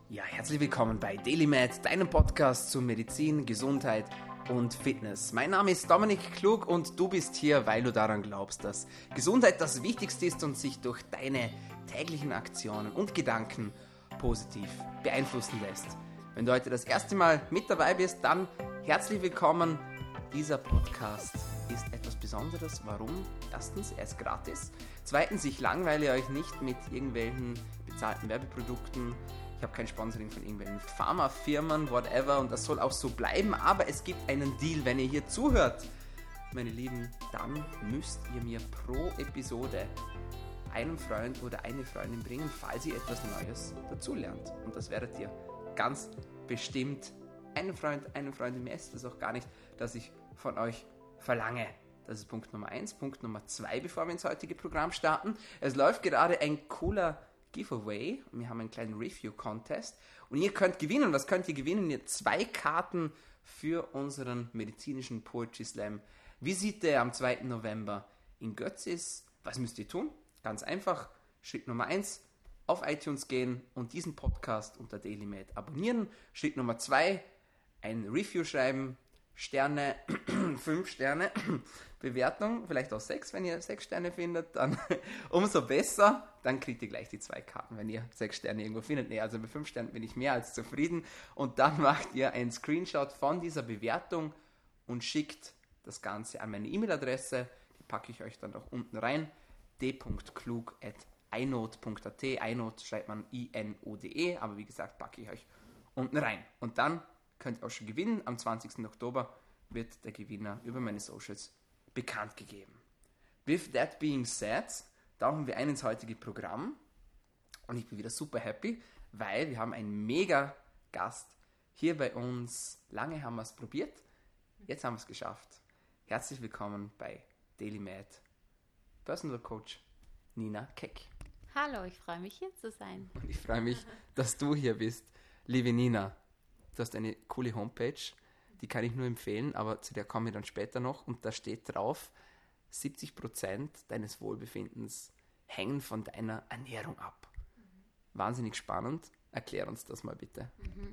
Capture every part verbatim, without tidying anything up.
Ja, herzlich willkommen bei DailyMed, deinem Podcast zu Medizin, Gesundheit und Fitness. Mein Name ist Dominik Klug und du bist hier, weil du daran glaubst, dass Gesundheit das Wichtigste ist und sich durch deine täglichen Aktionen und Gedanken positiv beeinflussen lässt. Wenn du heute das erste Mal mit dabei bist, dann herzlich willkommen. Dieser Podcast ist etwas Besonderes. Warum? Erstens, er ist gratis. Zweitens, ich langweile euch nicht mit irgendwelchen bezahlten Werbeprodukten. Ich habe kein Sponsoring von irgendwelchen Pharmafirmen, whatever, und das soll auch so bleiben, aber es gibt einen Deal, wenn ihr hier zuhört. Meine Lieben, dann müsst ihr mir pro Episode einen Freund oder eine Freundin bringen, falls ihr etwas Neues dazulernt. Und das werdet ihr ganz bestimmt. Einen Freund, eine Freundin, mehr ist das auch gar nicht, dass ich von euch verlange. Das ist Punkt Nummer eins. Punkt Nummer zwei, bevor wir ins heutige Programm starten. Es läuft gerade ein cooler Giveaway. Wir haben einen kleinen Review-Contest und ihr könnt gewinnen. Was könnt ihr gewinnen? Ihr zwei Karten für unseren medizinischen Poetry Slam Visite am zweiten November in Götzis. Was müsst ihr tun? Ganz einfach. Schritt Nummer eins, auf iTunes gehen und diesen Podcast unter DailyMed abonnieren. Schritt Nummer zwei, ein Review schreiben, Sterne, fünf Sterne, Bewertung, vielleicht auch sechs, wenn ihr sechs Sterne findet, dann umso besser, dann kriegt ihr gleich die zwei Karten, wenn ihr sechs Sterne irgendwo findet. Nee, also mit fünf Sternen bin ich mehr als zufrieden und dann macht ihr einen Screenshot von dieser Bewertung und schickt das Ganze an meine E-Mail-Adresse, die packe ich euch dann auch unten rein, d punkt klug at inode punkt a t, inode schreibt man I N O D E, aber wie gesagt, packe ich euch unten rein und dann könnt ihr auch schon gewinnen. Am zwanzigsten Oktober wird der Gewinner über meine Socials bekannt gegeben. With that being said, tauchen wir ein ins heutige Programm und ich bin wieder super happy, weil wir haben einen mega Gast hier bei uns. Lange haben wir es probiert, jetzt haben wir es geschafft. Herzlich willkommen bei DailyMed, Personal Coach Nina Keck. Hallo, ich freue mich hier zu sein. Und ich freue mich, dass du hier bist, liebe Nina. Du hast eine coole Homepage, die kann ich nur empfehlen, aber zu der komme ich dann später noch. Und da steht drauf, siebzig Prozent deines Wohlbefindens hängen von deiner Ernährung ab. Mhm. Wahnsinnig spannend. Erklär uns das mal bitte. Mhm.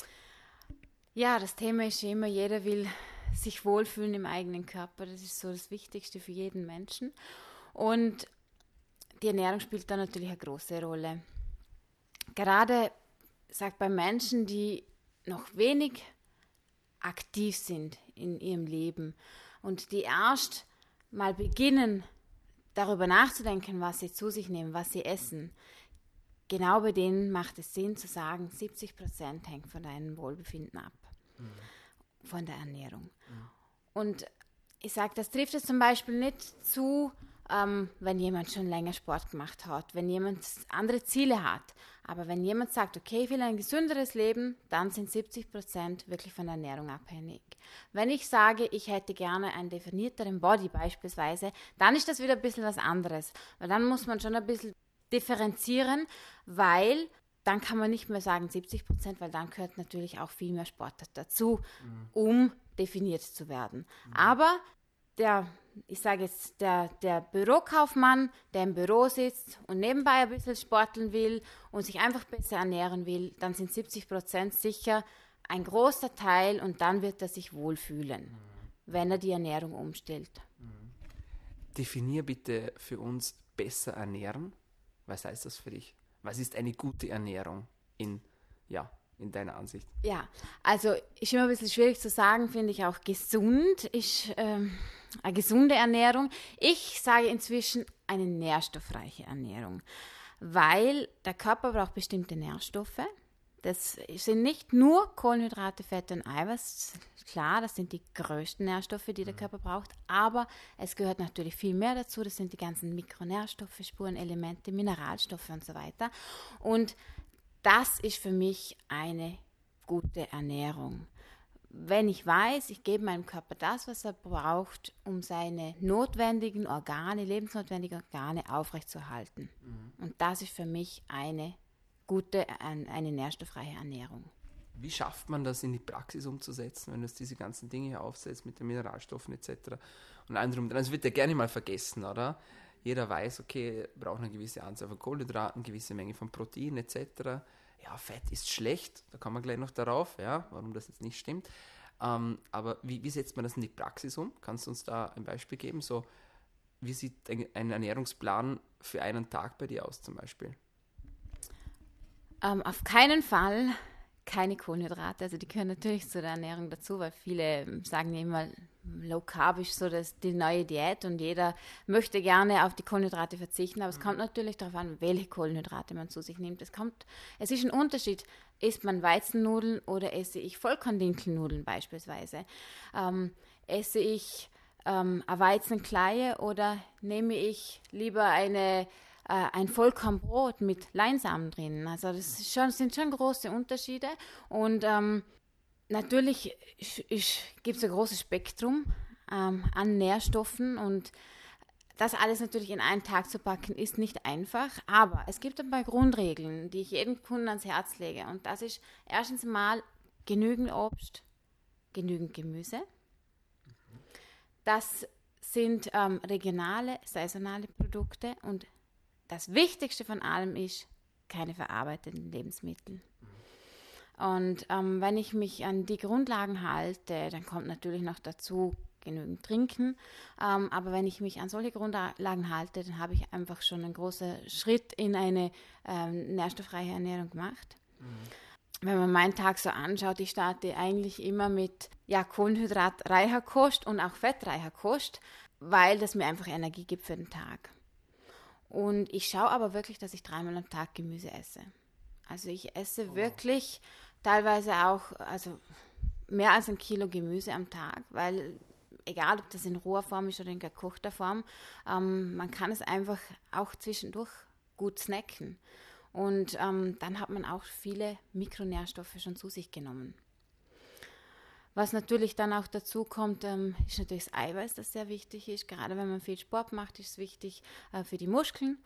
Ja, das Thema ist immer, jeder will sich wohlfühlen im eigenen Körper. Das ist so das Wichtigste für jeden Menschen. Und die Ernährung spielt da natürlich eine große Rolle. Gerade, sagt bei Menschen, die noch wenig aktiv sind in ihrem Leben und die erst mal beginnen, darüber nachzudenken, was sie zu sich nehmen, was sie essen, genau bei denen macht es Sinn zu sagen, siebzig Prozent hängt von deinem Wohlbefinden ab, mhm. von der Ernährung. Mhm. Und ich sage, das trifft es zum Beispiel nicht zu, ähm, wenn jemand schon länger Sport gemacht hat, wenn jemand andere Ziele hat. Aber wenn jemand sagt, okay, ich will ein gesünderes Leben, dann sind siebzig Prozent wirklich von der Ernährung abhängig. Wenn ich sage, ich hätte gerne einen definierteren Body beispielsweise, dann ist das wieder ein bisschen was anderes. Weil dann muss man schon ein bisschen differenzieren, weil dann kann man nicht mehr sagen siebzig Prozent, weil dann gehört natürlich auch viel mehr Sport dazu, mhm. um definiert zu werden. Mhm. Aber der ich sage jetzt, der, der Bürokaufmann, der im Büro sitzt und nebenbei ein bisschen sporteln will und sich einfach besser ernähren will, dann sind siebzig Prozent sicher ein großer Teil und dann wird er sich wohlfühlen, mhm. wenn er die Ernährung umstellt. Mhm. Definier bitte für uns besser ernähren. Was heißt das für dich? Was ist eine gute Ernährung in, ja, in deiner Ansicht? Ja, also ist immer ein bisschen schwierig zu sagen, finde ich auch gesund ist ähm, eine gesunde Ernährung. Ich sage inzwischen eine nährstoffreiche Ernährung, weil der Körper braucht bestimmte Nährstoffe. Das sind nicht nur Kohlenhydrate, Fette und Eiweiß, klar, das sind die größten Nährstoffe, die der Körper braucht, aber es gehört natürlich viel mehr dazu, das sind die ganzen Mikronährstoffe, Spurenelemente, Mineralstoffe und so weiter. Und das ist für mich eine gute Ernährung. Wenn ich weiß, ich gebe meinem Körper das, was er braucht, um seine notwendigen Organe, lebensnotwendigen Organe aufrechtzuerhalten. Mhm. Und das ist für mich eine gute, eine nährstoffreiche Ernährung. Wie schafft man das in die Praxis umzusetzen, wenn du diese ganzen Dinge hier aufsetzt mit den Mineralstoffen et cetera und anderem? Das wird ja gerne mal vergessen, oder? Jeder weiß, okay, wir brauchen eine gewisse Anzahl von Kohlenhydraten, eine gewisse Menge von Protein et cetera. ja, Fett ist schlecht, da kommen wir gleich noch darauf, ja, warum das jetzt nicht stimmt. Ähm, aber wie, wie setzt man das in die Praxis um? Kannst du uns da ein Beispiel geben? So, wie sieht ein, ein Ernährungsplan für einen Tag bei dir aus zum Beispiel? Ähm, auf keinen Fall keine Kohlenhydrate. Also die gehören natürlich zu der Ernährung dazu, weil viele sagen ja immer, Low Carb ist so das, die neue Diät und jeder möchte gerne auf die Kohlenhydrate verzichten, aber es kommt natürlich darauf an, welche Kohlenhydrate man zu sich nimmt. Es kommt, es ist ein Unterschied, isst man Weizennudeln oder esse ich Vollkorndinkelnudeln beispielsweise. Ähm, esse ich ähm, eine Weizenkleie oder nehme ich lieber eine äh, ein Vollkornbrot mit Leinsamen drin. Also das ist schon, sind schon große Unterschiede und ähm, natürlich gibt es ein großes Spektrum ähm, an Nährstoffen und das alles natürlich in einen Tag zu packen, ist nicht einfach, aber es gibt ein paar Grundregeln, die ich jedem Kunden ans Herz lege und das ist erstens mal genügend Obst, genügend Gemüse. Das sind ähm, regionale, saisonale Produkte und das Wichtigste von allem ist keine verarbeiteten Lebensmittel. Und ähm, wenn ich mich an die Grundlagen halte, dann kommt natürlich noch dazu genügend Trinken. Ähm, aber wenn ich mich an solche Grundlagen halte, dann habe ich einfach schon einen großen Schritt in eine ähm, nährstofffreie Ernährung gemacht. Mhm. Wenn man meinen Tag so anschaut, ich starte eigentlich immer mit ja, kohlenhydratreicher Kost und auch fettreicher Kost, weil das mir einfach Energie gibt für den Tag. Und ich schaue aber wirklich, dass ich dreimal am Tag Gemüse esse. Also ich esse oh. wirklich teilweise auch also mehr als ein Kilo Gemüse am Tag, weil egal, ob das in roher Form ist oder in gekochter Form, ähm, man kann es einfach auch zwischendurch gut snacken. Und ähm, dann hat man auch viele Mikronährstoffe schon zu sich genommen. Was natürlich dann auch dazu kommt, ähm, ist natürlich das Eiweiß, das sehr wichtig ist. Gerade wenn man viel Sport macht, ist es wichtig äh, für die Muskeln,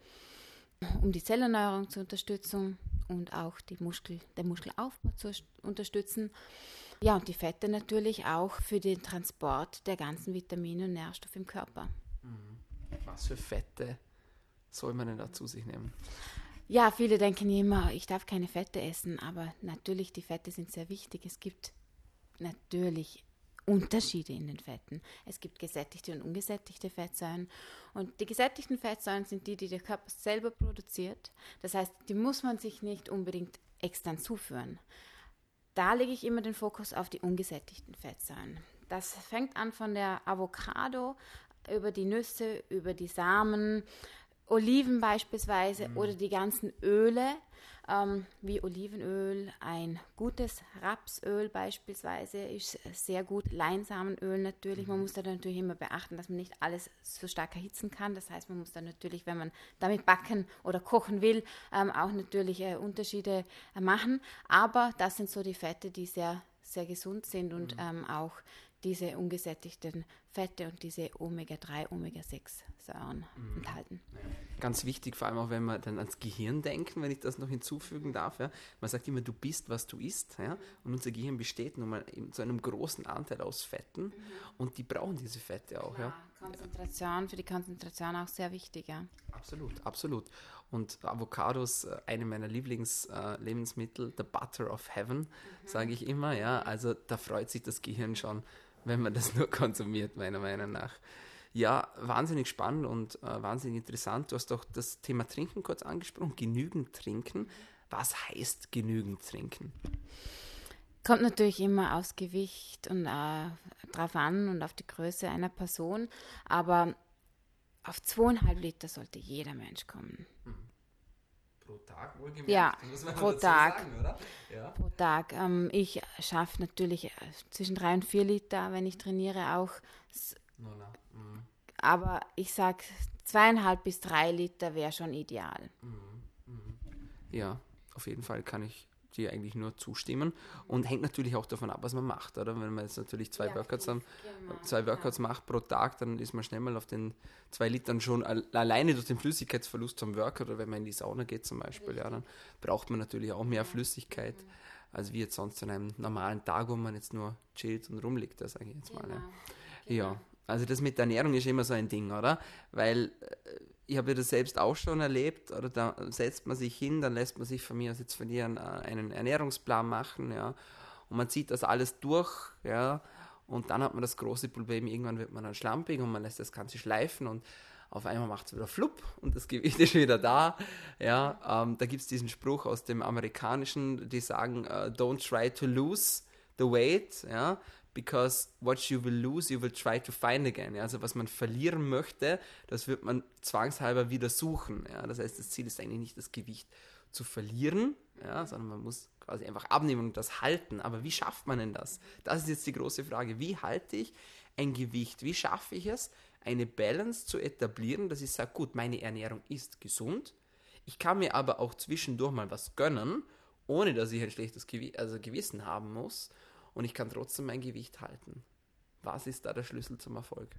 um die Zellerneuerung zu unterstützen und auch die Muskel, den Muskelaufbau zu unterstützen. Ja, und die Fette natürlich auch für den Transport der ganzen Vitamine und Nährstoffe im Körper. Was für Fette soll man denn da zu sich nehmen? Ja, viele denken immer, ich darf keine Fette essen, aber natürlich, die Fette sind sehr wichtig. Es gibt natürlich Unterschiede in den Fetten. Es gibt gesättigte und ungesättigte Fettsäuren. Und die gesättigten Fettsäuren sind die, die der Körper selber produziert. Das heißt, die muss man sich nicht unbedingt extern zuführen. Da lege ich immer den Fokus auf die ungesättigten Fettsäuren. Das fängt an von der Avocado über die Nüsse, über die Samen, Oliven beispielsweise mm. oder die ganzen Öle, ähm, wie Olivenöl, ein gutes Rapsöl beispielsweise ist sehr gut, Leinsamenöl natürlich. Mm. Man muss da natürlich immer beachten, dass man nicht alles so stark erhitzen kann. Das heißt, man muss dann natürlich, wenn man damit backen oder kochen will, ähm, auch natürlich äh, Unterschiede äh, machen. Aber das sind so die Fette, die sehr, sehr gesund sind und mm. ähm, auch diese ungesättigten Fette und diese Omega drei, Omega sechs Säuren mhm. enthalten. Ganz wichtig, vor allem auch, wenn wir dann ans Gehirn denken, wenn ich das noch hinzufügen darf. Ja. Man sagt immer, du bist, was du isst. Ja. Und unser Gehirn besteht nun mal zu einem großen Anteil aus Fetten mhm. und die brauchen diese Fette auch. Ja. Konzentration, für die Konzentration auch sehr wichtig. Ja. Absolut, absolut. Und Avocados, eine meiner Lieblingslebensmittel, the butter of heaven, mhm. sage ich immer. Ja. Also da freut sich das Gehirn schon, wenn man das nur konsumiert, meiner Meinung nach. Ja, wahnsinnig spannend und äh, wahnsinnig interessant. Du hast doch das Thema Trinken kurz angesprochen, genügend trinken. Was heißt genügend trinken? Kommt natürlich immer aufs Gewicht und äh, drauf an und auf die Größe einer Person, aber auf zweieinhalb Liter sollte jeder Mensch kommen. Mhm. Pro Tag wohlgemerkt? Ja, muss man pro dazu Tag. Sagen, oder? Ja. Pro Tag. Ähm, ich schaffe natürlich zwischen drei und vier Liter, wenn ich trainiere, auch. No, no. Mhm. Aber ich sage, zweieinhalb bis drei Liter wäre schon ideal. Mhm. Mhm. Ja, auf jeden Fall kann ich dir eigentlich nur zustimmen und hängt natürlich auch davon ab, was man macht, oder? Wenn man jetzt natürlich zwei ja, Workouts, haben, genau, zwei Workouts ja. macht pro Tag, dann ist man schnell mal auf den zwei Litern schon alleine durch den Flüssigkeitsverlust vom Workout, oder wenn man in die Sauna geht zum Beispiel, ja, dann braucht man natürlich auch mehr Flüssigkeit, mhm. als wie jetzt sonst an einem normalen Tag, wo man jetzt nur chillt und rumliegt, das sage ich jetzt mal. Genau. Ja. Genau. Ja, also das mit der Ernährung ist immer so ein Ding, oder? Weil ich habe das selbst auch schon erlebt, oder da setzt man sich hin, dann lässt man sich von mir aus jetzt von dir einen, einen Ernährungsplan machen, ja, und man zieht das alles durch, ja, und dann hat man das große Problem, irgendwann wird man dann schlampig und man lässt das Ganze schleifen und auf einmal macht es wieder flupp und das Gewicht ist wieder da, ja, ähm, da gibt es diesen Spruch aus dem Amerikanischen, die sagen, uh, don't try to lose the weight, ja, because what you will lose, you will try to find again. Ja, also was man verlieren möchte, das wird man zwangshalber wieder suchen. Ja, das heißt, das Ziel ist eigentlich nicht, das Gewicht zu verlieren, ja, sondern man muss quasi einfach abnehmen und das halten. Aber wie schafft man denn das? Das ist jetzt die große Frage. Wie halte ich ein Gewicht? Wie schaffe ich es, eine Balance zu etablieren, dass ich sage, gut, meine Ernährung ist gesund. Ich kann mir aber auch zwischendurch mal was gönnen, ohne dass ich ein schlechtes Gewi- also Gewissen haben muss. Und ich kann trotzdem mein Gewicht halten. Was ist da der Schlüssel zum Erfolg?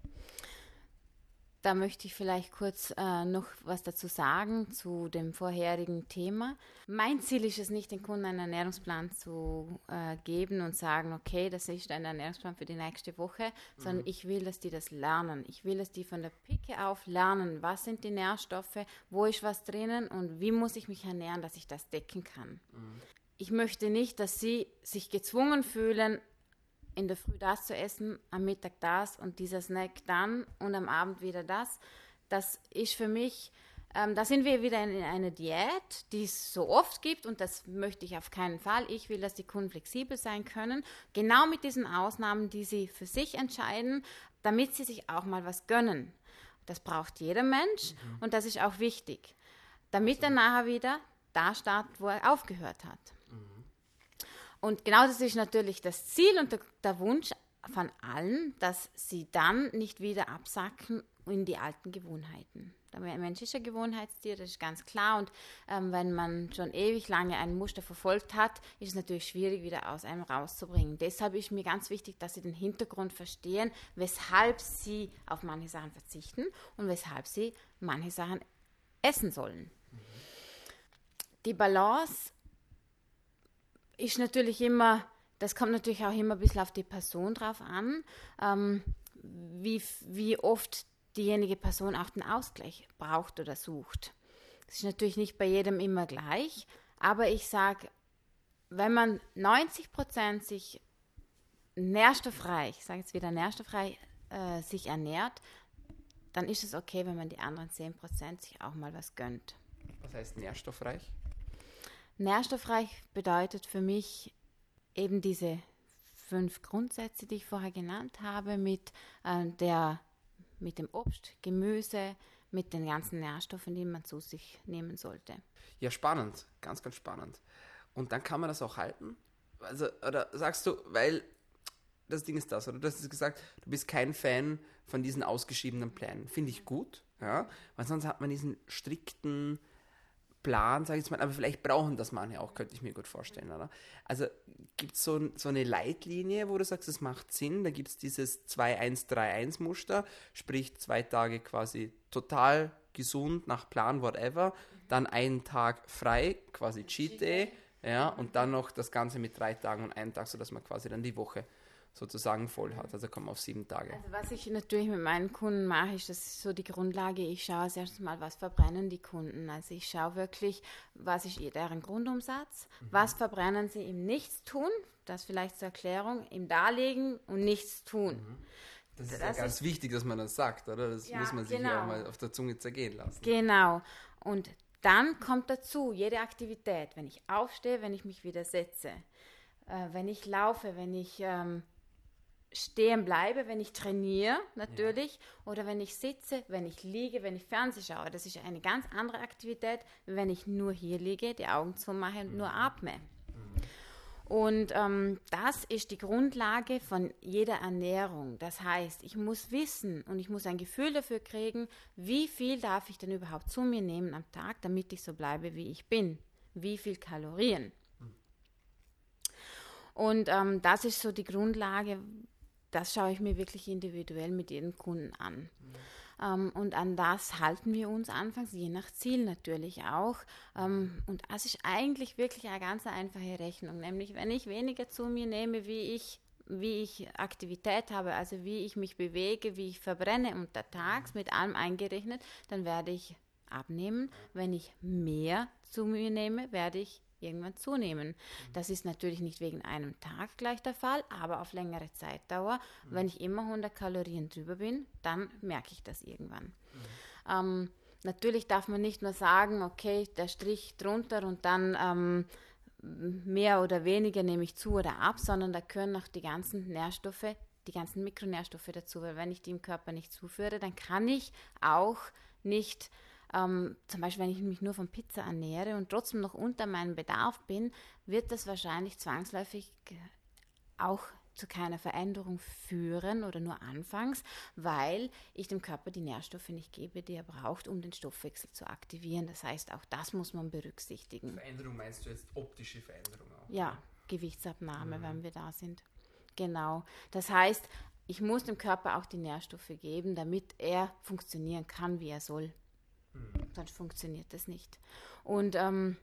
Da möchte ich vielleicht kurz äh, noch was dazu sagen zu dem vorherigen Thema. Mein Ziel ist es nicht, den Kunden einen Ernährungsplan zu äh, geben und sagen, okay, das ist ein Ernährungsplan für die nächste Woche, mhm. sondern ich will, dass die das lernen. Ich will, dass die von der Picke auf lernen, was sind die Nährstoffe, wo ist was drinnen und wie muss ich mich ernähren, dass ich das decken kann. Mhm. Ich möchte nicht, dass sie sich gezwungen fühlen, in der Früh das zu essen, am Mittag das und dieser Snack dann und am Abend wieder das. Das ist für mich, ähm, da sind wir wieder in, in einer Diät, die es so oft gibt und das möchte ich auf keinen Fall. Ich will, dass die Kunden flexibel sein können, genau mit diesen Ausnahmen, die sie für sich entscheiden, damit sie sich auch mal was gönnen. Das braucht jeder Mensch mhm. und das ist auch wichtig, damit er nachher wieder da startet, wo er aufgehört hat. Und genau das ist natürlich das Ziel und der, der Wunsch von allen, dass sie dann nicht wieder absacken in die alten Gewohnheiten. Der Mensch ist ein Gewohnheitstier, das ist ganz klar. Und ähm, wenn man schon ewig lange ein Muster verfolgt hat, ist es natürlich schwierig, wieder aus einem rauszubringen. Deshalb ist mir ganz wichtig, dass sie den Hintergrund verstehen, weshalb sie auf manche Sachen verzichten und weshalb sie manche Sachen essen sollen. Mhm. Die Balance ist natürlich immer, das kommt natürlich auch immer ein bisschen auf die Person drauf an, ähm, wie, wie oft diejenige Person auch den Ausgleich braucht oder sucht. Das ist natürlich nicht bei jedem immer gleich, aber ich sage, wenn man neunzig Prozent sich nährstoffreich, ich sage jetzt wieder nährstoffreich, äh, sich ernährt, dann ist es okay, wenn man die anderen zehn Prozent sich auch mal was gönnt. Was heißt nährstoffreich? Nährstoffreich bedeutet für mich eben diese fünf Grundsätze, die ich vorher genannt habe, mit, äh, der, mit dem Obst, Gemüse, mit den ganzen Nährstoffen, die man zu sich nehmen sollte. Ja, spannend, ganz, ganz spannend. Und dann kann man das auch halten? Also, oder sagst du, weil das Ding ist das, oder du hast gesagt, du bist kein Fan von diesen ausgeschriebenen Plänen. Finde ich gut, ja, weil sonst hat man diesen strikten Plan, sage ich jetzt mal, aber vielleicht brauchen das manche auch, könnte ich mir gut vorstellen, oder? Also gibt es so, so eine Leitlinie, wo du sagst, es macht Sinn, da gibt es dieses zwei eins drei eins Muster, sprich zwei Tage quasi total gesund, nach Plan, whatever, dann einen Tag frei, quasi Cheat Day, ja, und dann noch das Ganze mit drei Tagen und einem Tag, sodass man quasi dann die Woche sozusagen voll hat, also kommen auf sieben Tage. Also was ich natürlich mit meinen Kunden mache, ist, das ist so die Grundlage, ich schaue als erstes mal, was verbrennen die Kunden, also ich schaue wirklich, was ist deren Grundumsatz, mhm. was verbrennen sie im Nichtstun, das vielleicht zur Erklärung, im Darlegen und Nichtstun. Mhm. Das ist das ja ganz ist, wichtig, dass man das sagt, oder? Das ja, muss man sich genau. ja auch mal auf der Zunge zergehen lassen. Genau, und dann kommt dazu, jede Aktivität, wenn ich aufstehe, wenn ich mich wieder setze, äh, wenn ich laufe, wenn ich ähm, stehen bleibe, wenn ich trainiere natürlich, ja. oder wenn ich sitze, wenn ich liege, wenn ich Fernsehen schaue. Das ist eine ganz andere Aktivität, wenn ich nur hier liege, die Augen zumache und mhm. nur atme. Mhm. Und ähm, das ist die Grundlage von jeder Ernährung. Das heißt, ich muss wissen und ich muss ein Gefühl dafür kriegen, wie viel darf ich denn überhaupt zu mir nehmen am Tag, damit ich so bleibe, wie ich bin. Wie viel Kalorien. Mhm. Und ähm, das ist so die Grundlage. Das schaue ich mir wirklich individuell mit jedem Kunden an. Mhm. Ähm, und an das halten wir uns anfangs, je nach Ziel natürlich auch. Ähm, und das ist eigentlich wirklich eine ganz einfache Rechnung. Nämlich, wenn ich weniger zu mir nehme, wie ich wie ich Aktivität habe, also wie ich mich bewege, wie ich verbrenne untertags, mit allem eingerechnet, dann werde ich abnehmen. Wenn ich mehr zu mir nehme, werde ich irgendwann zunehmen. Das ist natürlich nicht wegen einem Tag gleich der Fall, aber auf längere Zeitdauer, mhm. wenn ich immer hundert Kalorien drüber bin, dann merke ich das irgendwann. Mhm. Ähm, natürlich darf man nicht nur sagen, okay, der Strich drunter und dann ähm, mehr oder weniger nehme ich zu oder ab, sondern da gehören noch die ganzen Nährstoffe, die ganzen Mikronährstoffe dazu, weil wenn ich die im Körper nicht zuführe, dann kann ich auch nicht Ähm, zum Beispiel, wenn ich mich nur von Pizza ernähre und trotzdem noch unter meinem Bedarf bin, wird das wahrscheinlich zwangsläufig auch zu keiner Veränderung führen oder nur anfangs, weil ich dem Körper die Nährstoffe nicht gebe, die er braucht, um den Stoffwechsel zu aktivieren. Das heißt, auch das muss man berücksichtigen. Veränderung meinst du jetzt optische Veränderung auch? Ja, oder? Gewichtsabnahme, mhm. wenn wir da sind. Genau. Das heißt, ich muss dem Körper auch die Nährstoffe geben, damit er funktionieren kann, wie er soll. Sonst funktioniert das nicht. Und ähm,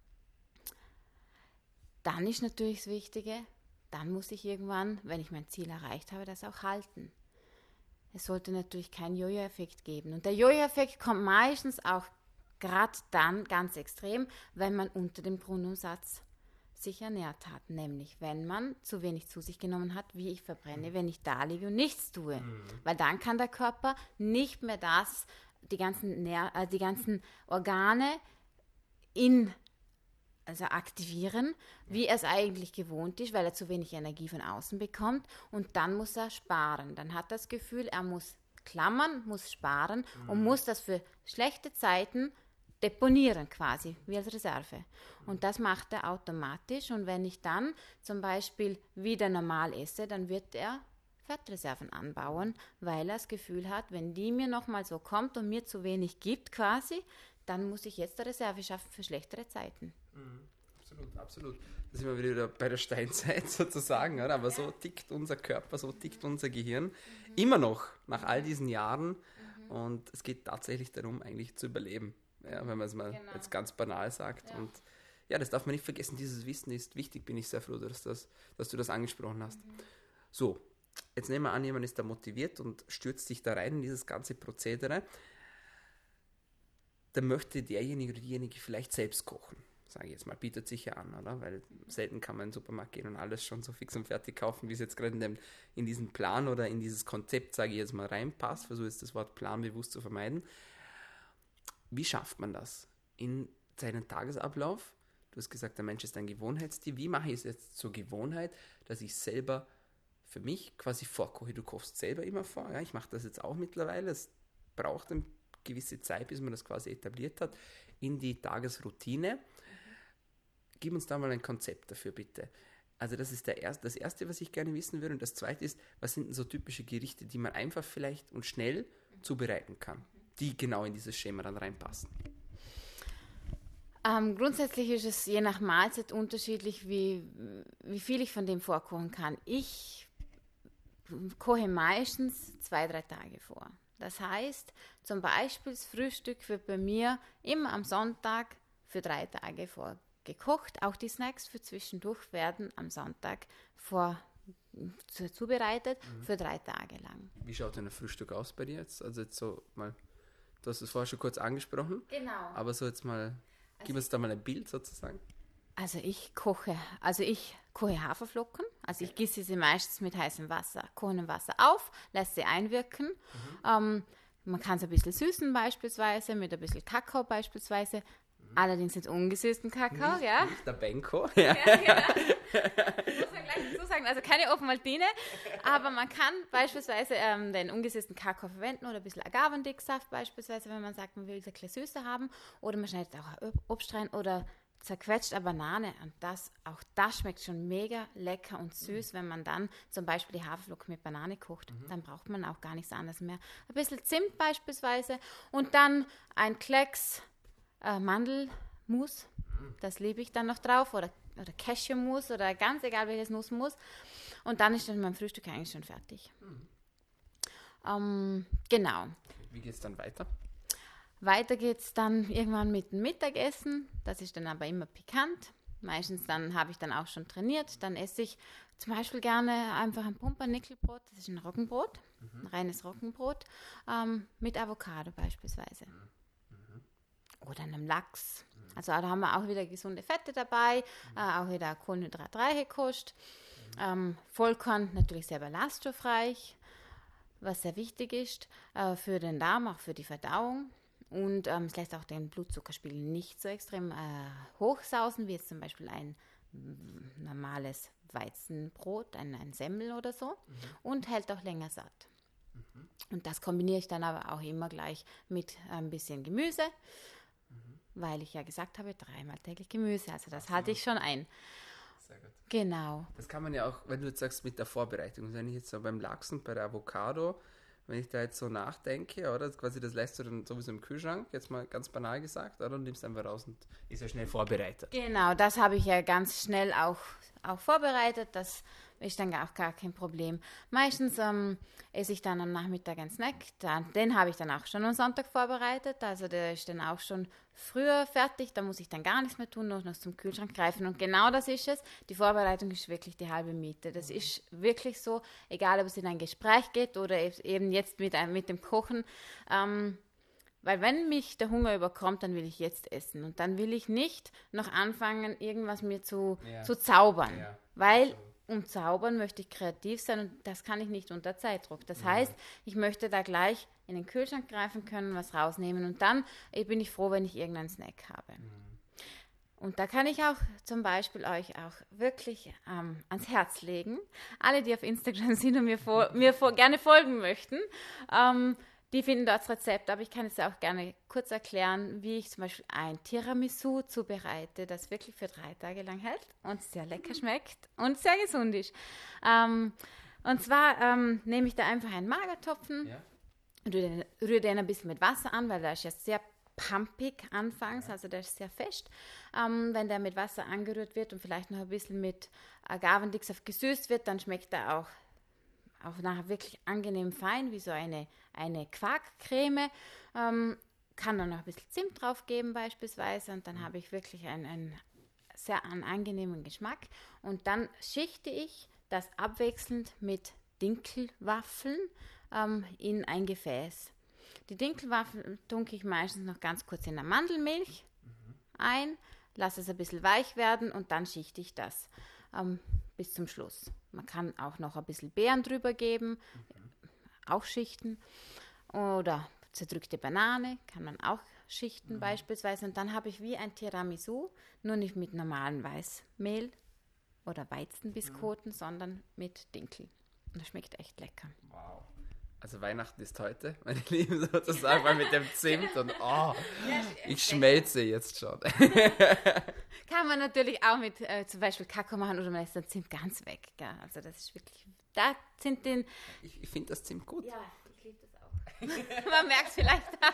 dann ist natürlich das Wichtige, dann muss ich irgendwann, wenn ich mein Ziel erreicht habe, das auch halten. Es sollte natürlich keinen Jojo-Effekt geben. Und der Jojo-Effekt kommt meistens auch gerade dann ganz extrem, wenn man unter dem Grundumsatz sich ernährt hat. Nämlich, wenn man zu wenig zu sich genommen hat, wie ich verbrenne, wenn ich da liege und nichts tue. Mhm. Weil dann kann der Körper nicht mehr das die ganzen, Nähr- äh, die ganzen Organe in, also aktivieren, wie er es eigentlich gewohnt ist, weil er zu wenig Energie von außen bekommt und dann muss er sparen. Dann hat er das Gefühl, er muss klammern, muss sparen mhm. und muss das für schlechte Zeiten deponieren quasi, wie als Reserve. Und das macht er automatisch und wenn ich dann zum Beispiel wieder normal esse, dann wird er Fettreserven anbauen, weil er das Gefühl hat, wenn die mir nochmal so kommt und mir zu wenig gibt quasi, dann muss ich jetzt eine Reserve schaffen für schlechtere Zeiten. Mhm. Absolut, absolut. Da sind wir wieder bei der Steinzeit sozusagen, oder? Aber so tickt unser Körper, so tickt unser Gehirn mhm. immer noch nach all diesen Jahren mhm. und es geht tatsächlich darum, eigentlich zu überleben, ja, wenn man es mal genau. jetzt ganz banal sagt. Ja. Und ja, das darf man nicht vergessen, dieses Wissen ist wichtig, bin ich sehr froh, dass, das, dass du das angesprochen hast. Mhm. So. Jetzt nehmen wir an, jemand ist da motiviert und stürzt sich da rein in dieses ganze Prozedere. Dann möchte derjenige oder diejenige vielleicht selbst kochen. Sage ich jetzt mal, bietet sich ja an, oder? Weil selten kann man in den Supermarkt gehen und alles schon so fix und fertig kaufen, wie es jetzt gerade in, dem, in diesen Plan oder in dieses Konzept, sage ich jetzt mal, reinpasst. Versuche jetzt das Wort Plan bewusst zu vermeiden. Wie schafft man das in seinen Tagesablauf? Du hast gesagt, der Mensch ist ein Gewohnheitstier. Wie mache ich es jetzt zur Gewohnheit, dass ich selber für mich quasi vorkoche? Du kochst selber immer vor. Ja? Ich mache das jetzt auch mittlerweile. Es braucht eine gewisse Zeit, bis man das quasi etabliert hat, in die Tagesroutine. Gib uns da mal ein Konzept dafür, bitte. Also das ist der erste, das Erste, was ich gerne wissen würde. Und das Zweite ist, was sind denn so typische Gerichte, die man einfach vielleicht und schnell zubereiten kann, die genau in dieses Schema dann reinpassen? Ähm, grundsätzlich ist es je nach Mahlzeit unterschiedlich, wie, wie viel ich von dem vorkochen kann. Ich koche meistens zwei, drei Tage vor. Das heißt, zum Beispiel das Frühstück wird bei mir immer am Sonntag für drei Tage vorgekocht. Auch die Snacks für zwischendurch werden am Sonntag vor, zu, zubereitet mhm. für drei Tage lang. Wie schaut denn ein Frühstück aus bei dir jetzt? Also jetzt so mal, du hast es vorher schon kurz angesprochen. Genau. Aber so jetzt mal, gib uns da mal ein Bild sozusagen. Also ich koche, also ich koche Haferflocken, also ich gieße sie meistens mit heißem Wasser, kochendem Wasser auf, lasse sie einwirken. Mhm. Ähm, man kann es ein bisschen süßen beispielsweise, mit ein bisschen Kakao beispielsweise, mhm. allerdings nicht ungesüßten Kakao, nicht, ja. Nicht der Benko. Ja, genau. Muss man gleich dazu sagen, also keine Ovomaltine, aber man kann beispielsweise ähm, den ungesüßten Kakao verwenden oder ein bisschen Agavendicksaft beispielsweise, wenn man sagt, man will es ein bisschen süßer haben, oder man schneidet auch ein Obst rein oder zerquetscht eine Banane und das, auch das schmeckt schon mega lecker und süß, mhm. wenn man dann zum Beispiel die Haferflocken mit Banane kocht. Mhm. Dann braucht man auch gar nichts anderes mehr. Ein bisschen Zimt beispielsweise und dann ein Klecks äh, Mandelmus, mhm. das liebe ich dann noch drauf, oder, oder Cashewmus oder ganz egal welches Nussmus. Und dann ist dann mein Frühstück eigentlich schon fertig. Mhm. Ähm, genau. Wie geht es dann weiter? Weiter geht es dann irgendwann mit dem Mittagessen. Das ist dann aber immer pikant. Meistens dann habe ich dann auch schon trainiert. Dann esse ich zum Beispiel gerne einfach ein Pumpernickelbrot. Das ist ein Roggenbrot, mhm. ein reines Roggenbrot ähm, mit Avocado beispielsweise. Mhm. Oder einem Lachs. Mhm. Also da haben wir auch wieder gesunde Fette dabei, mhm. äh, auch wieder kohlenhydratreiche Kost. Mhm. Ähm, Vollkorn natürlich sehr ballaststoffreich, was sehr wichtig ist äh, für den Darm, auch für die Verdauung. Und ähm, es lässt auch den Blutzuckerspiegel nicht so extrem äh, hochsausen, wie jetzt zum Beispiel ein m, normales Weizenbrot, ein, ein Semmel oder so. Mhm. Und hält auch länger satt. Mhm. Und das kombiniere ich dann aber auch immer gleich mit ein bisschen Gemüse, mhm. weil ich ja gesagt habe, dreimal täglich Gemüse. Also das Absolut. halte ich schon ein. Sehr gut. Genau. Das kann man ja auch, wenn du jetzt sagst, mit der Vorbereitung. Wenn ich jetzt so beim Lachs und bei der Avocado, wenn ich da jetzt so nachdenke, oder? Quasi das lässt du dann sowieso im Kühlschrank, jetzt mal ganz banal gesagt, oder? Und nimmst einfach raus und ist ja schnell vorbereitet. Genau, das habe ich ja ganz schnell auch, auch vorbereitet. Das ist dann auch gar kein Problem. Meistens ähm, esse ich dann am Nachmittag einen Snack. Dann, den habe ich dann auch schon am Sonntag vorbereitet. Also der ist dann auch schon früher fertig. Da muss ich dann gar nichts mehr tun, nur noch zum Kühlschrank greifen. Und genau das ist es. Die Vorbereitung ist wirklich die halbe Miete. Das ist wirklich so, egal ob es in ein Gespräch geht oder eben jetzt mit, mit dem Kochen. Ähm, Weil wenn mich der Hunger überkommt, dann will ich jetzt essen. Und dann will ich nicht noch anfangen, irgendwas mir zu, ja. zu zaubern. Ja. Weil um zaubern möchte ich kreativ sein und das kann ich nicht unter Zeitdruck. Das ja. heißt, ich möchte da gleich in den Kühlschrank greifen können, was rausnehmen und dann bin ich froh, wenn ich irgendeinen Snack habe. Mhm. Und da kann ich auch zum Beispiel euch auch wirklich ähm, ans Herz legen. Alle, die auf Instagram sind und mir, vor, mir vor, gerne folgen möchten, ähm, die finden dort das Rezept, aber ich kann es auch gerne kurz erklären, wie ich zum Beispiel ein Tiramisu zubereite, das wirklich für drei Tage lang hält und sehr lecker schmeckt und sehr gesund ist. Ähm, und zwar ähm, nehme ich da einfach einen Magertopfen, ja. rühre, den, rühre den ein bisschen mit Wasser an, weil der ist ja sehr pumpig anfangs, ja. also der ist sehr fest. Ähm, wenn der mit Wasser angerührt wird und vielleicht noch ein bisschen mit Agavendicksaft gesüßt wird, dann schmeckt er auch auch nachher wirklich angenehm fein, wie so eine, eine Quarkcreme. Ähm, kann dann noch ein bisschen Zimt drauf geben beispielsweise und dann habe ich wirklich einen, einen sehr einen angenehmen Geschmack. Und dann schichte ich das abwechselnd mit Dinkelwaffeln ähm, in ein Gefäß. Die Dinkelwaffeln tunke ich meistens noch ganz kurz in der Mandelmilch mhm. ein, lasse es ein bisschen weich werden und dann schichte ich das ähm, bis zum Schluss. Man kann auch noch ein bisschen Beeren drüber geben, mhm. auch schichten. Oder zerdrückte Banane kann man auch schichten mhm. beispielsweise. Und dann habe ich wie ein Tiramisu, nur nicht mit normalen Weißmehl oder Weizenbiskuiten, mhm. sondern mit Dinkel. Und das schmeckt echt lecker. Wow. Also Weihnachten ist heute, meine Lieben, sozusagen, mal mit dem Zimt und oh, ich schmelze jetzt schon. Kann man natürlich auch mit äh, zum Beispiel Kakao machen oder man lässt den Zimt ganz weg. Gell? Also das ist wirklich, da sind den... Ich, ich finde das Zimt gut. Ja, ich liebe das auch. Man merkt es vielleicht auch.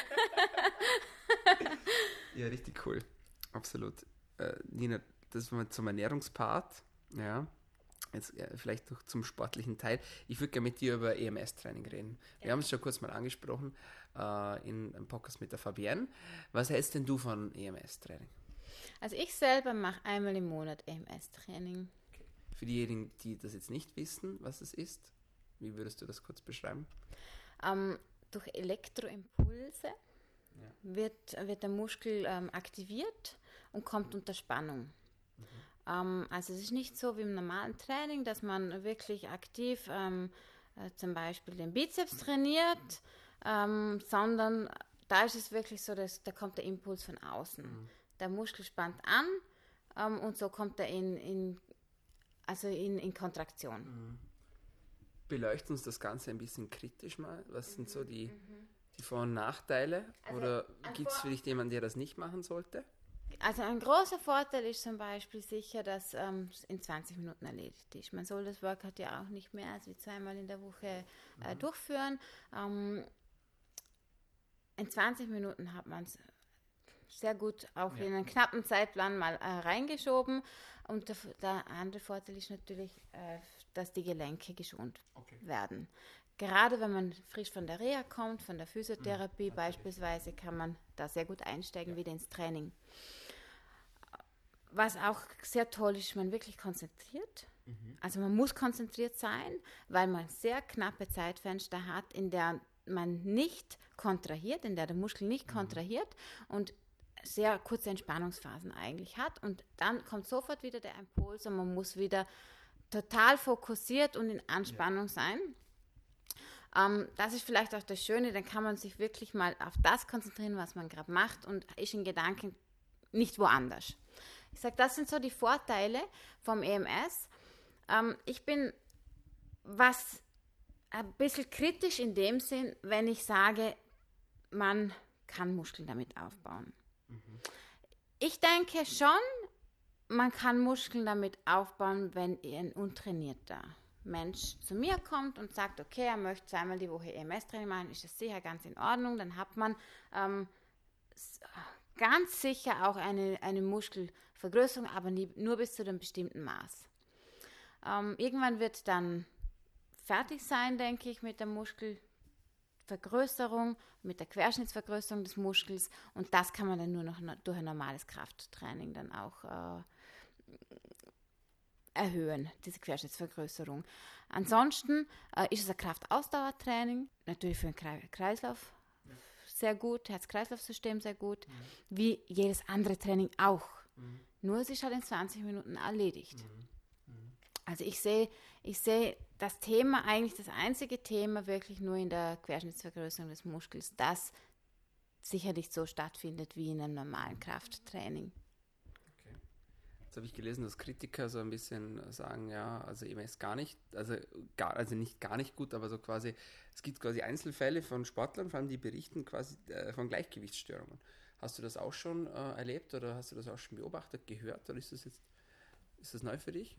Ja, richtig cool. Absolut. Äh, Nina, das war zum Ernährungspart, ja. Jetzt äh, vielleicht noch zum sportlichen Teil. Ich würde gerne mit dir über E M S-Training reden. Wir ja. haben es schon kurz mal angesprochen äh, in einem Podcast mit der Fabienne. Was hältst denn du von E M S-Training? Also ich selber mache einmal im Monat E M S-Training. Okay. Für diejenigen, die das jetzt nicht wissen, was es ist, wie würdest du das kurz beschreiben? Ähm, durch Elektroimpulse ja. wird, wird der Muskel ähm, aktiviert und kommt unter Spannung. Mhm. Ähm, also es ist nicht so wie im normalen Training, dass man wirklich aktiv ähm, äh, zum Beispiel den Bizeps trainiert, ähm, sondern da ist es wirklich so, dass da kommt der Impuls von außen. Mhm. Der Muskel spannt an ähm, und so kommt er in, in, also in, in Kontraktion. Mhm. Beleuchten uns das Ganze ein bisschen kritisch mal. Was sind so die, mhm. die Vor- und Nachteile? Also oder gibt es vielleicht jemanden, der das nicht machen sollte? Also ein großer Vorteil ist zum Beispiel sicher, dass ähm, es in zwanzig Minuten erledigt ist. Man soll das Workout ja auch nicht mehr als wie zweimal in der Woche äh, mhm. durchführen. Ähm, in zwanzig Minuten hat man es sehr gut auch ja. in einen knappen Zeitplan mal äh, reingeschoben. Und der, der andere Vorteil ist natürlich, äh, dass die Gelenke geschont okay. werden. Gerade wenn man frisch von der Reha kommt, von der Physiotherapie mhm, beispielsweise, kann man da sehr gut einsteigen, ja. wieder ins Training. was auch sehr toll ist, man wirklich konzentriert. Mhm. Also man muss konzentriert sein, weil man sehr knappe Zeitfenster hat, in der man nicht kontrahiert, in der der Muskel nicht mhm. kontrahiert und sehr kurze Entspannungsphasen eigentlich hat. Und dann kommt sofort wieder der Impuls und man muss wieder total fokussiert und in Anspannung ja. sein. Ähm, das ist vielleicht auch das Schöne, dann kann man sich wirklich mal auf das konzentrieren, was man gerade macht und ist in Gedanken nicht woanders. Ich sage, das sind so die Vorteile vom E M S. Ähm, ich bin was ein bisschen kritisch in dem Sinn, wenn ich sage, man kann Muskeln damit aufbauen. Mhm. Ich denke schon, man kann Muskeln damit aufbauen, wenn ein untrainierter Mensch zu mir kommt und sagt, okay, er möchte zweimal die Woche E M S-Training machen, ist das sicher ganz in Ordnung. Dann hat man ähm, ganz sicher auch eine, eine Muskelvergrößerung, aber nie, nur bis zu einem bestimmten Maß. Ähm, irgendwann wird dann fertig sein, denke ich, mit der Muskelvergrößerung, mit der Querschnittsvergrößerung des Muskels und das kann man dann nur noch durch ein normales Krafttraining dann auch äh, erhöhen, diese Querschnittsvergrößerung. Ansonsten äh, ist es ein Kraftausdauertraining, natürlich für den Kreislauf ja. sehr gut, Herz-Kreislauf-System sehr gut, mhm. wie jedes andere Training auch. Mhm. Nur es ist halt in zwanzig Minuten erledigt. Mhm. Mhm. Also ich sehe ich sehe das Thema, eigentlich das einzige Thema wirklich nur in der Querschnittsvergrößerung des Muskels, das sicherlich so stattfindet wie in einem normalen Krafttraining. Jetzt habe ich gelesen, dass Kritiker so ein bisschen sagen, ja, also E M S gar nicht, also gar, also nicht gar nicht gut, aber so quasi, es gibt quasi Einzelfälle von Sportlern, vor allem die berichten quasi äh, von Gleichgewichtsstörungen. Hast du das auch schon äh, erlebt oder hast du das auch schon beobachtet, gehört oder ist das jetzt, ist das neu für dich?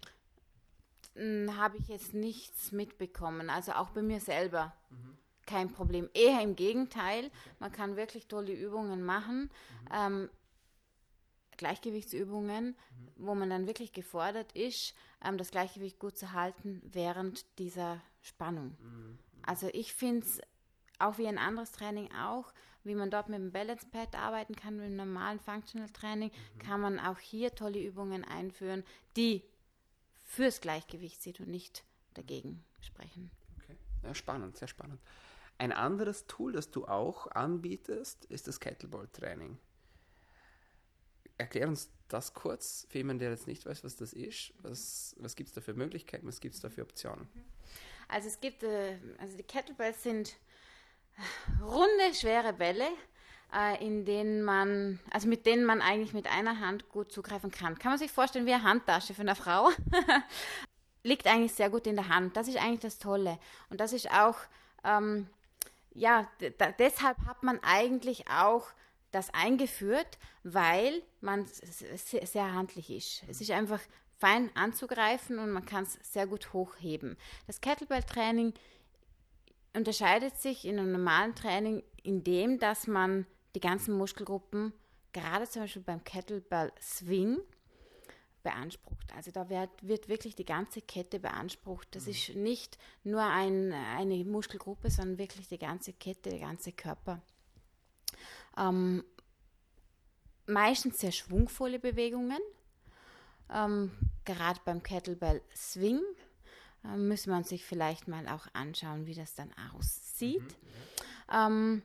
Habe ich jetzt nichts mitbekommen, also auch bei mir selber. Mhm. Kein Problem, eher im Gegenteil, okay. Man kann wirklich tolle Übungen machen, mhm. ähm, Gleichgewichtsübungen, mhm. wo man dann wirklich gefordert ist, ähm, das Gleichgewicht gut zu halten während dieser Spannung. Mhm. Also ich finde es auch wie ein anderes Training auch, wie man dort mit dem Balance Pad arbeiten kann, mit dem normalen Functional Training, mhm. kann man auch hier tolle Übungen einführen, die fürs Gleichgewicht sind und nicht dagegen sprechen. Okay. Ja, spannend, sehr spannend. Ein anderes Tool, das du auch anbietest, ist das Kettlebell-Training. Erklär uns das kurz, für jemanden, der jetzt nicht weiß, was das ist. Was, was gibt es da für Möglichkeiten, was gibt es da für Optionen? Also es gibt, äh, also die Kettlebells sind runde, schwere Bälle, äh, in denen man, also mit denen man eigentlich mit einer Hand gut zugreifen kann. Kann man sich vorstellen wie eine Handtasche für eine Frau. Liegt eigentlich sehr gut in der Hand. Das ist eigentlich das Tolle. Und das ist auch, ähm, ja, d- d- deshalb hat man eigentlich auch das eingeführt, weil man sehr, sehr handlich ist. Es ist einfach fein anzugreifen und man kann es sehr gut hochheben. Das Kettlebell-Training unterscheidet sich in einem normalen Training in dem, dass man die ganzen Muskelgruppen, gerade zum Beispiel beim Kettlebell-Swing, beansprucht. Also da wird, wird wirklich die ganze Kette beansprucht. Das mhm. ist nicht nur ein, eine Muskelgruppe, sondern wirklich die ganze Kette, der ganze Körper. Ähm, meistens sehr schwungvolle Bewegungen. Ähm, gerade beim Kettlebell Swing äh, muss man sich vielleicht mal auch anschauen, wie das dann aussieht. Mhm, ja. ähm,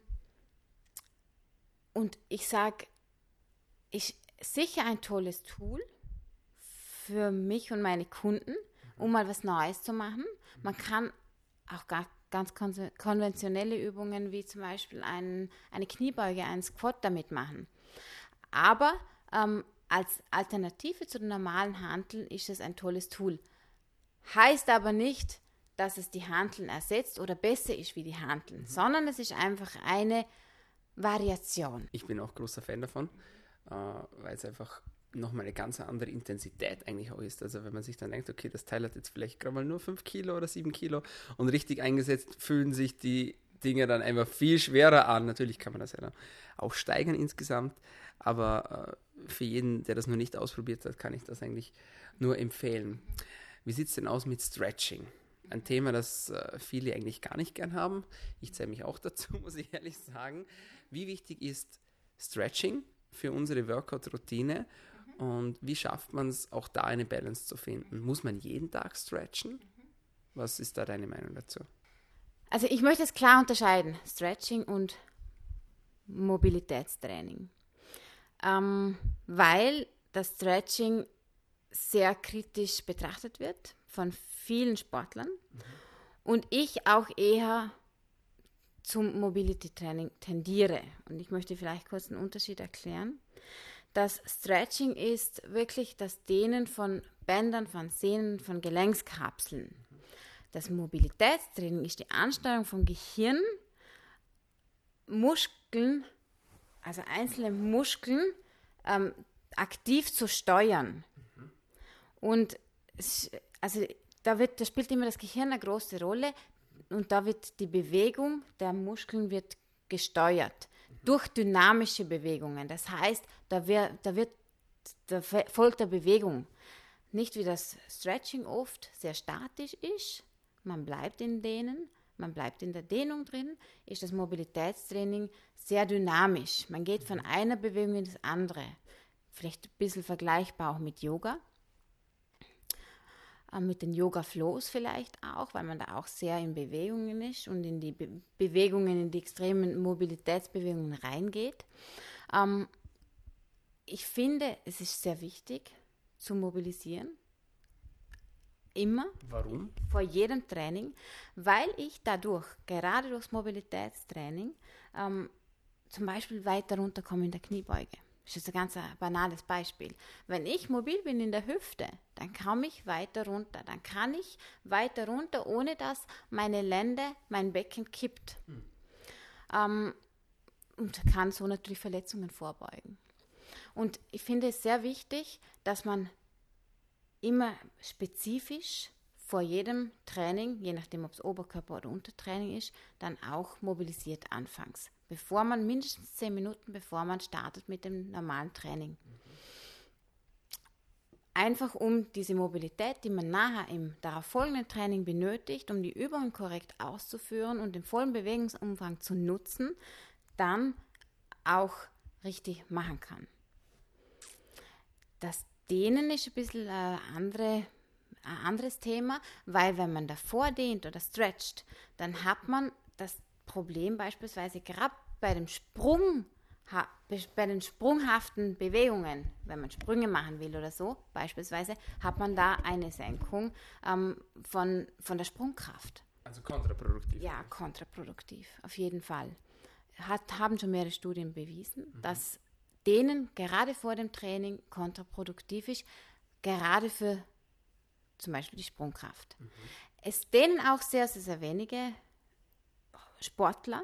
und ich sage, ich sicher ein tolles Tool für mich und meine Kunden, um mal was Neues zu machen. Man kann auch gar ganz konventionelle Übungen wie zum Beispiel ein, eine Kniebeuge, einen Squat damit machen. Aber ähm, als Alternative zu den normalen Hanteln ist es ein tolles Tool. Heißt aber nicht, dass es die Hanteln ersetzt oder besser ist wie die Hanteln, mhm. sondern es ist einfach eine Variation. Ich bin auch großer Fan davon, äh, weil es einfach nochmal eine ganz andere Intensität eigentlich auch ist. Also wenn man sich dann denkt, okay, das Teil hat jetzt vielleicht gerade mal nur fünf Kilo oder sieben Kilo und richtig eingesetzt, fühlen sich die Dinge dann einfach viel schwerer an. Natürlich kann man das ja dann auch steigern insgesamt, aber äh, für jeden, der das noch nicht ausprobiert hat, kann ich das eigentlich nur empfehlen. Wie sieht es denn aus mit Stretching? Ein Thema, das äh, viele eigentlich gar nicht gern haben. Ich zähle mich auch dazu, muss ich ehrlich sagen. Wie wichtig ist Stretching für unsere Workout-Routine Und wie schafft man es, auch da eine Balance zu finden? Muss man jeden Tag stretchen? Was ist da deine Meinung dazu? Also ich möchte es klar unterscheiden, Stretching und Mobilitätstraining. Ähm, weil das Stretching sehr kritisch betrachtet wird von vielen Sportlern mhm. und ich auch eher zum Mobility Training tendiere. Und ich möchte vielleicht kurz den Unterschied erklären. Das Stretching ist wirklich das Dehnen von Bändern, von Sehnen, von Gelenkskapseln. Das Mobilitätstraining ist die Ansteuerung vom Gehirn, Muskeln, also einzelne Muskeln, ähm, aktiv zu steuern. Mhm. Und es, also da, wird, da spielt immer das Gehirn eine große Rolle und da wird die Bewegung der Muskeln wird gesteuert mhm. durch dynamische Bewegungen. Das heißt, da, wird, da, wird, da folgt der Bewegung. Nicht wie das Stretching oft sehr statisch ist, man bleibt in Dehnen, man bleibt in der Dehnung drin, ist das Mobilitätstraining sehr dynamisch. Man geht von einer Bewegung in das andere. Vielleicht ein bisschen vergleichbar auch mit Yoga, äh, mit den Yoga-Flows vielleicht auch, weil man da auch sehr in Bewegungen ist und in die Be- Bewegungen, in die extremen Mobilitätsbewegungen reingeht. Ähm, ich finde, es ist sehr wichtig zu mobilisieren. Immer. Warum? Vor jedem Training, weil ich dadurch, gerade durchs Mobilitätstraining, ähm, zum Beispiel weiter runterkomme in der Kniebeuge. Das ist ein ganz banales Beispiel. Wenn ich mobil bin in der Hüfte, dann komme ich weiter runter. Dann kann ich weiter runter, ohne dass meine Lende, mein Becken kippt. Hm. Ähm, und kann so natürlich Verletzungen vorbeugen. Und ich finde es sehr wichtig, dass man immer spezifisch vor jedem Training, je nachdem ob es Oberkörper- oder Untertraining ist, dann auch mobilisiert anfangs. Bevor man, mindestens zehn Minuten bevor man startet mit dem normalen Training. Mhm. Einfach um diese Mobilität, die man nachher im darauf folgenden Training benötigt, um die Übungen korrekt auszuführen und den vollen Bewegungsumfang zu nutzen, dann auch richtig machen kann. Das Dehnen ist ein bisschen ein, andere, ein anderes Thema, weil wenn man davor dehnt oder stretcht, dann hat man das Problem beispielsweise gerade bei dem Sprung, bei den sprunghaften Bewegungen, wenn man Sprünge machen will oder so, beispielsweise, hat man da eine Senkung ähm, von, von der Sprungkraft. Also kontraproduktiv. Ja, kontraproduktiv, auf jeden Fall. Hat, haben schon mehrere Studien bewiesen, mhm. dass Dehnen gerade vor dem Training kontraproduktiv ist, gerade für zum Beispiel die Sprungkraft. Mhm. Es dehnen auch sehr, sehr, sehr wenige Sportler.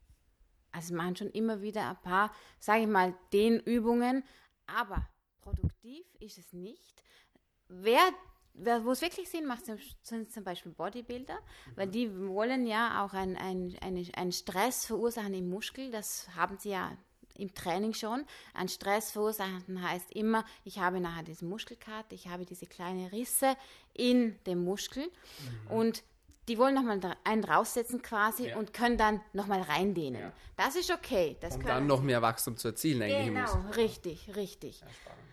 Also machen schon immer wieder ein paar, sage ich mal, Dehnübungen, aber produktiv ist es nicht. Wer, wer wo es wirklich Sinn macht, sind zum Beispiel Bodybuilder, mhm. weil die wollen ja auch einen ein, ein Stress verursachen im Muskel, das haben sie ja im Training schon. Ein Stress verursachen heißt immer, ich habe nachher diesen Muskelkater, ich habe diese kleinen Risse in dem Muskel mhm. und die wollen nochmal einen draufsetzen quasi ja. und können dann nochmal reindehnen. Ja. Das ist okay. Das um können dann noch mehr Wachstum zu erzielen eigentlich. Genau, im richtig, richtig. Ja, spannend.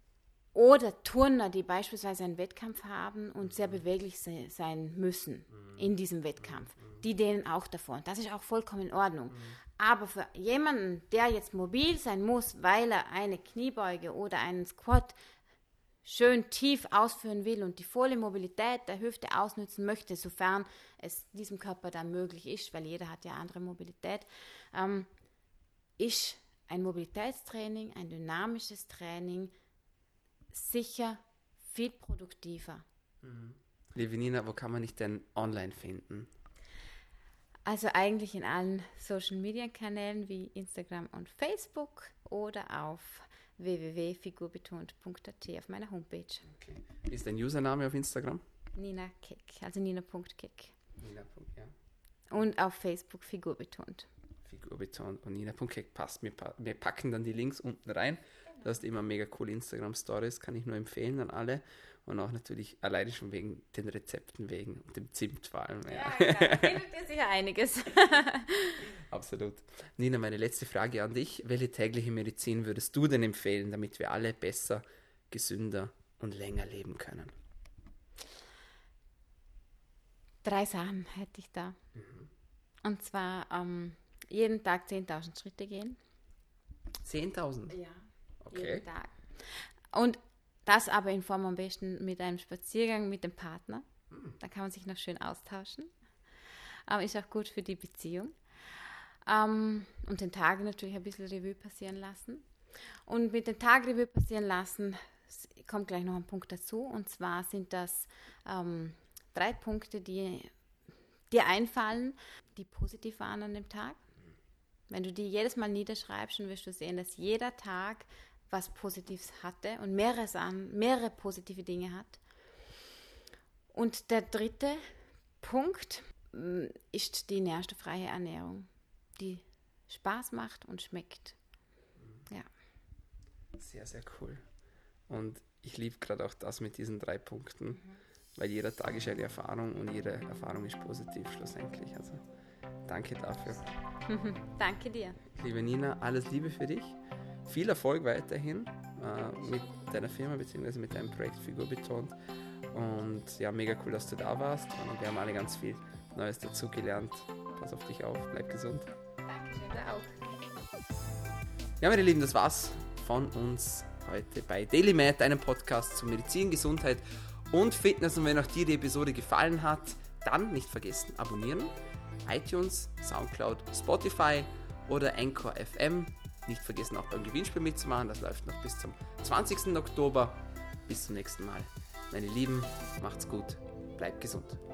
Oder Turner, die beispielsweise einen Wettkampf haben und sehr beweglich se- sein müssen mhm. in diesem Wettkampf. Mhm. Die dehnen auch davor. Das ist auch vollkommen in Ordnung. Mhm. Aber für jemanden, der jetzt mobil sein muss, weil er eine Kniebeuge oder einen Squat schön tief ausführen will und die volle Mobilität der Hüfte ausnutzen möchte, sofern es diesem Körper dann möglich ist, weil jeder hat ja andere Mobilität, ähm, ist ein Mobilitätstraining, ein dynamisches Training sicher viel produktiver. Mhm. Liebe Nina, wo kann man dich denn online finden? Also eigentlich in allen Social-Media-Kanälen wie Instagram und Facebook oder auf w w w punkt figurbetont punkt a t auf meiner Homepage. Okay. Ist dein Username auf Instagram? Nina Keck, also nina punkt keck. Nina. Ja. Und auf Facebook Figurbetont. Figurbetont und nina punkt keck passt. Wir, pa- wir packen dann die Links unten rein. Du hast immer mega coole Instagram-Stories, kann ich nur empfehlen an alle. Und auch natürlich alleine schon wegen den Rezepten wegen und dem Zimt vor allem. Ja, ja klar, da findet ihr sicher einiges. Absolut. Nina, meine letzte Frage an dich. Welche tägliche Medizin würdest du denn empfehlen, damit wir alle besser gesünder und länger leben können? Drei Sachen hätte ich da. Mhm. Und zwar ähm, jeden Tag zehntausend Schritte gehen. zehntausend? Ja, okay. Jeden Tag. Und das aber in Form am besten mit einem Spaziergang mit dem Partner. Mhm. Da kann man sich noch schön austauschen. Aber ist auch gut für die Beziehung. Ähm, und den Tag natürlich ein bisschen Revue passieren lassen. Und mit dem Tag Revue passieren lassen kommt gleich noch ein Punkt dazu. Und zwar sind das ähm, drei Punkte, die dir einfallen, die positiv waren an dem Tag. Wenn du die jedes Mal niederschreibst, dann wirst du sehen, dass jeder Tag was Positives hatte und mehrere, Sachen, mehrere positive Dinge hat. Und der dritte Punkt ist die nährstofffreie Ernährung, die Spaß macht und schmeckt. Ja. Sehr, sehr cool. Und ich liebe gerade auch das mit diesen drei Punkten, mhm. weil jeder Tag ist eine Erfahrung und jede Erfahrung ist positiv schlussendlich. Also danke dafür. Danke dir. Liebe Nina, alles Liebe für dich. Viel Erfolg weiterhin äh, mit deiner Firma bzw. mit deinem Projekt Figur betont. Und ja, mega cool, dass du da warst. Und wir haben alle ganz viel Neues dazu gelernt. Pass auf dich auf, bleib gesund. Dankeschön, du auch. Ja, meine Lieben, das war's von uns heute bei DailyMed, einem Podcast zu Medizin, Gesundheit und Fitness. Und wenn auch dir die Episode gefallen hat, dann nicht vergessen, abonnieren. iTunes, Soundcloud, Spotify oder Anchor F M. Nicht vergessen, auch beim Gewinnspiel mitzumachen. Das läuft noch bis zum zwanzigsten Oktober. Bis zum nächsten Mal. Meine Lieben, macht's gut. Bleibt gesund.